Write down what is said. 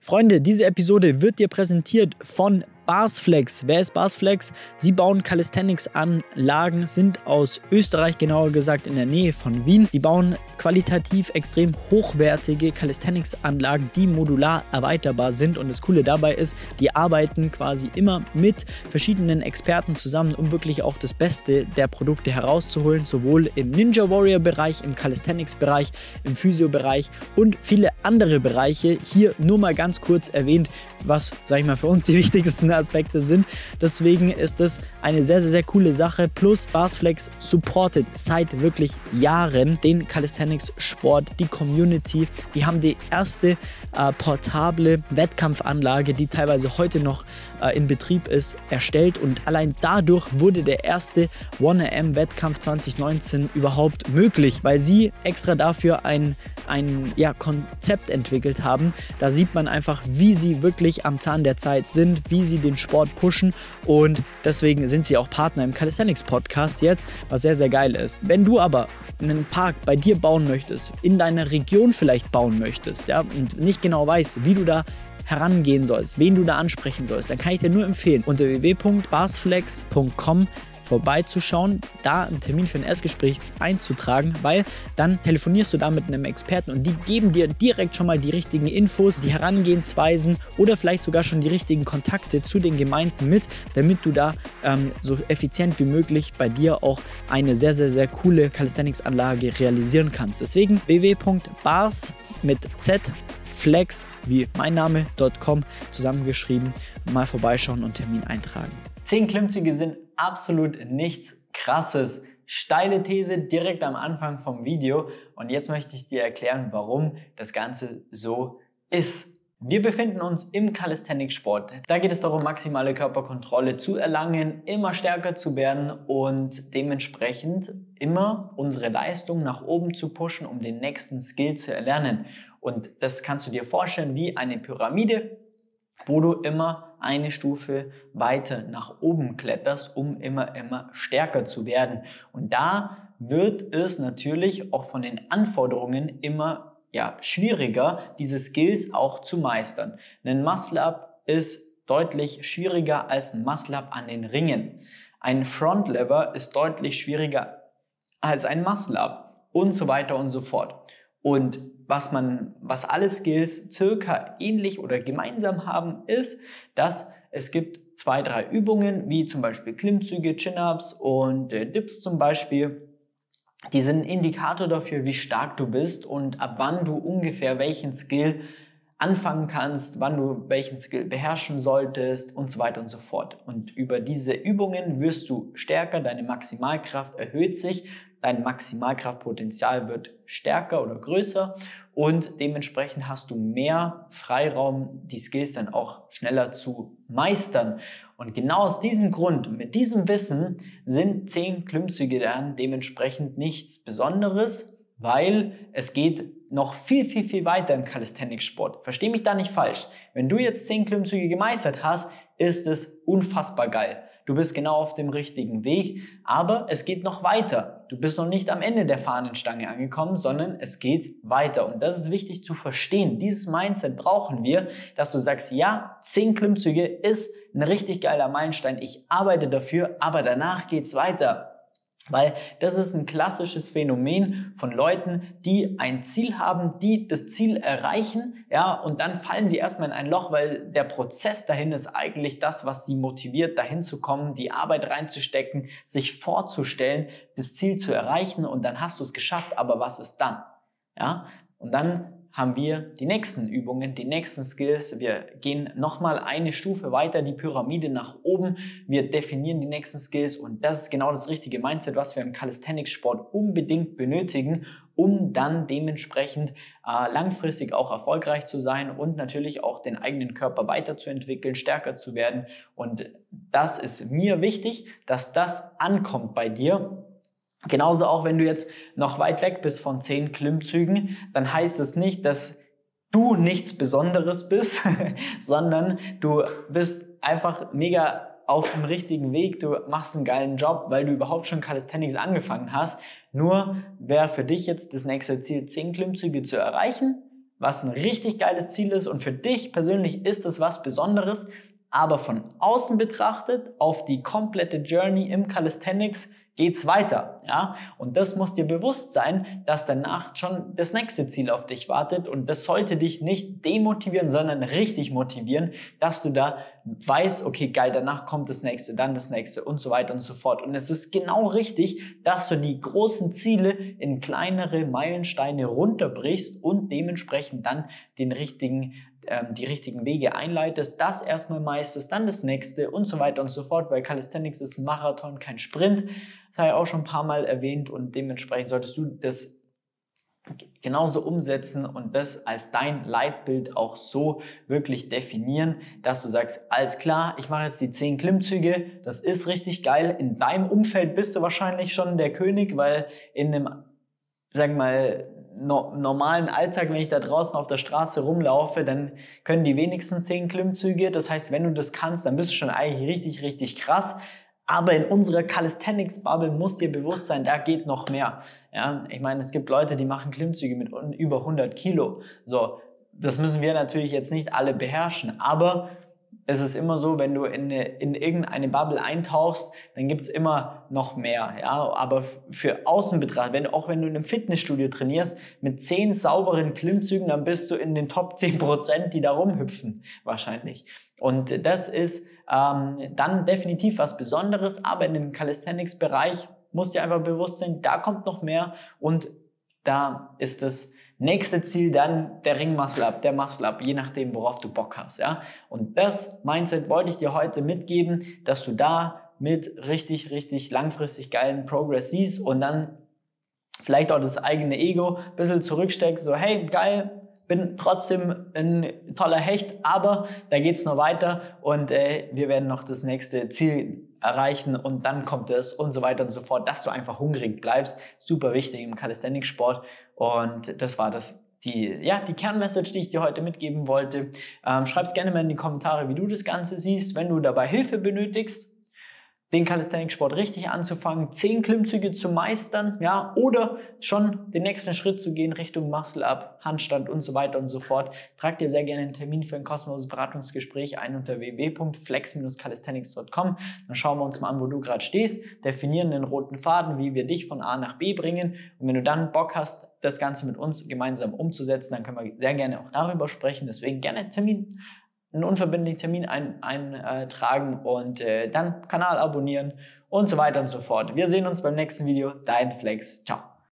Freunde, diese Episode wird dir präsentiert von Barsflex. Wer ist Barsflex? Sie bauen Calisthenics-Anlagen, sind aus Österreich, genauer gesagt in der Nähe von Wien. Die bauen qualitativ extrem hochwertige Calisthenics-Anlagen, die modular erweiterbar sind. Und das Coole dabei ist, die arbeiten quasi immer mit verschiedenen Experten zusammen, um wirklich auch das Beste der Produkte herauszuholen, sowohl im Ninja Warrior-Bereich, im Calisthenics-Bereich, im Physio-Bereich und viele andere Bereiche. Hier nur mal ganz kurz erwähnt, was, sag ich mal, für uns die wichtigsten Aspekte sind. Deswegen ist es eine sehr, sehr, sehr coole Sache. Plus Barsflex supportet seit wirklich Jahren den Calisthenics-Sport, die Community. Die haben die erste portable Wettkampfanlage, die teilweise heute noch in Betrieb ist, erstellt. Und allein dadurch wurde der erste 1AM-Wettkampf 2019 überhaupt möglich, weil sie extra dafür ein Konzept entwickelt haben. Da sieht man einfach, wie sie wirklich am Zahn der Zeit sind, wie sie den Sport pushen, und deswegen sind sie auch Partner im Calisthenics Podcast jetzt, was sehr, sehr geil ist. Wenn du aber einen Park bei dir bauen möchtest, in deiner Region vielleicht bauen möchtest, ja, und nicht genau weißt, wie du da herangehen sollst, wen du da ansprechen sollst, dann kann ich dir nur empfehlen, unter www.barsflex.com vorbeizuschauen, da einen Termin für ein Erstgespräch einzutragen, weil dann telefonierst du da mit einem Experten und die geben dir direkt schon mal die richtigen Infos, die Herangehensweisen oder vielleicht sogar schon die richtigen Kontakte zu den Gemeinden mit, damit du da so effizient wie möglich bei dir auch eine sehr, sehr, sehr coole Calisthenics-Anlage realisieren kannst. Deswegen www.bars mit Z flex wie mein Name.com zusammengeschrieben, mal vorbeischauen und Termin eintragen. 10 Klimmzüge sind absolut nichts Krasses. Steile These direkt am Anfang vom Video, und jetzt möchte ich dir erklären, warum das Ganze so ist. Wir befinden uns im Calisthenics-Sport. Da geht es darum, maximale Körperkontrolle zu erlangen, immer stärker zu werden und dementsprechend immer unsere Leistung nach oben zu pushen, um den nächsten Skill zu erlernen. Und das kannst du dir vorstellen wie eine Pyramide, wo du immer eine Stufe weiter nach oben kletterst, um immer stärker zu werden. Und da wird es natürlich auch von den Anforderungen immer schwieriger, diese Skills auch zu meistern. Ein Muscle-Up ist deutlich schwieriger als ein Muscle-Up an den Ringen. Ein Front-Lever ist deutlich schwieriger als ein Muscle-Up und so weiter und so fort. Und was alle Skills circa ähnlich oder gemeinsam haben, ist, dass es gibt 2, 3 Übungen, wie zum Beispiel Klimmzüge, Chin-Ups und Dips zum Beispiel. Die sind ein Indikator dafür, wie stark du bist und ab wann du ungefähr welchen Skill anfangen kannst, wann du welchen Skill beherrschen solltest und so weiter und so fort. Und über diese Übungen wirst du stärker, deine Maximalkraft erhöht sich, dein Maximalkraftpotenzial wird stärker oder größer und dementsprechend hast du mehr Freiraum, die Skills dann auch schneller zu meistern. Und genau aus diesem Grund, mit diesem Wissen, sind 10 Klimmzüge dann dementsprechend nichts Besonderes, weil es geht noch viel weiter im Calisthenics-Sport. Versteh mich da nicht falsch. Wenn du jetzt 10 Klimmzüge gemeistert hast, ist es unfassbar geil. Du bist genau auf dem richtigen Weg, aber es geht noch weiter. Du bist noch nicht am Ende der Fahnenstange angekommen, sondern es geht weiter. Und das ist wichtig zu verstehen. Dieses Mindset brauchen wir, dass du sagst, ja, 10 Klimmzüge ist ein richtig geiler Meilenstein. Ich arbeite dafür, aber danach geht's weiter. Weil das ist ein klassisches Phänomen von Leuten, die ein Ziel haben, die das Ziel erreichen, ja, und dann fallen sie erstmal in ein Loch, weil der Prozess dahin ist eigentlich das, was sie motiviert, dahin zu kommen, die Arbeit reinzustecken, sich vorzustellen, das Ziel zu erreichen, und dann hast du es geschafft, aber was ist dann? Ja, und dann haben wir die nächsten Übungen, die nächsten Skills. Wir gehen nochmal eine Stufe weiter, die Pyramide nach oben. Wir definieren die nächsten Skills, und das ist genau das richtige Mindset, was wir im Calisthenics-Sport unbedingt benötigen, um dann dementsprechend langfristig auch erfolgreich zu sein und natürlich auch den eigenen Körper weiterzuentwickeln, stärker zu werden. Und das ist mir wichtig, dass das ankommt bei dir. Genauso auch, wenn du jetzt noch weit weg bist von 10 Klimmzügen, dann heißt es nicht, dass du nichts Besonderes bist, sondern du bist einfach mega auf dem richtigen Weg, du machst einen geilen Job, weil du überhaupt schon Calisthenics angefangen hast. Nur wäre für dich jetzt das nächste Ziel, 10 Klimmzüge zu erreichen, was ein richtig geiles Ziel ist und für dich persönlich ist es was Besonderes, aber von außen betrachtet auf die komplette Journey im Calisthenics geht's weiter, ja? Und das muss dir bewusst sein, dass danach schon das nächste Ziel auf dich wartet und das sollte dich nicht demotivieren, sondern richtig motivieren, dass du da weißt, okay, geil, danach kommt das nächste, dann das nächste und so weiter und so fort. Und es ist genau richtig, dass du die großen Ziele in kleinere Meilensteine runterbrichst und dementsprechend dann die richtigen Wege einleitest, das erstmal meisterst, dann das nächste und so weiter und so fort, weil Calisthenics ist ein Marathon, kein Sprint. Das habe ich auch schon ein paar Mal erwähnt und dementsprechend solltest du das genauso umsetzen und das als dein Leitbild auch so wirklich definieren, dass du sagst, alles klar, ich mache jetzt die 10 Klimmzüge, das ist richtig geil. In deinem Umfeld bist du wahrscheinlich schon der König, weil in einem, sagen wir mal, normalen Alltag, wenn ich da draußen auf der Straße rumlaufe, dann können die wenigsten 10 Klimmzüge. Das heißt, wenn du das kannst, dann bist du schon eigentlich richtig, richtig krass. Aber in unserer Calisthenics-Bubble muss dir bewusst sein, da geht noch mehr. Ja, ich meine, es gibt Leute, die machen Klimmzüge mit über 100 Kilo. So, das müssen wir natürlich jetzt nicht alle beherrschen, aber es ist immer so, wenn du in irgendeine Bubble eintauchst, dann gibt es immer noch mehr. Ja? Aber für außen betrachtet, auch wenn du in einem Fitnessstudio trainierst, mit 10 sauberen Klimmzügen, dann bist du in den Top 10%, die da rumhüpfen, wahrscheinlich. Und das ist dann definitiv was Besonderes, aber in dem Calisthenics-Bereich musst dir einfach bewusst sein, da kommt noch mehr und da ist das nächste Ziel dann der Ring-Muscle-Up, der Muscle-Up, je nachdem, worauf du Bock hast. Ja? Und das Mindset wollte ich dir heute mitgeben, dass du da mit richtig, richtig langfristig geilen Progress siehst und dann vielleicht auch das eigene Ego ein bisschen zurücksteckst, so hey, geil, bin trotzdem ein toller Hecht, aber da geht's noch weiter und wir werden noch das nächste Ziel erreichen und dann kommt es und so weiter und so fort, dass du einfach hungrig bleibst. Super wichtig im Calisthenics-Sport und das war die Kernmessage, die ich dir heute mitgeben wollte. Schreib's gerne mal in die Kommentare, wie du das Ganze siehst, wenn du dabei Hilfe benötigst, den Calisthenics-Sport richtig anzufangen, 10 Klimmzüge zu meistern, ja, oder schon den nächsten Schritt zu gehen Richtung Muscle-Up, Handstand und so weiter und so fort. Trag dir sehr gerne einen Termin für ein kostenloses Beratungsgespräch ein unter www.flex-calisthenics.com. Dann schauen wir uns mal an, wo du gerade stehst, definieren den roten Faden, wie wir dich von A nach B bringen. Und wenn du dann Bock hast, das Ganze mit uns gemeinsam umzusetzen, dann können wir sehr gerne auch darüber sprechen. Deswegen gerne einen unverbindlichen Termin eintragen und dann Kanal abonnieren und so weiter und so fort. Wir sehen uns beim nächsten Video. Dein Flex. Ciao.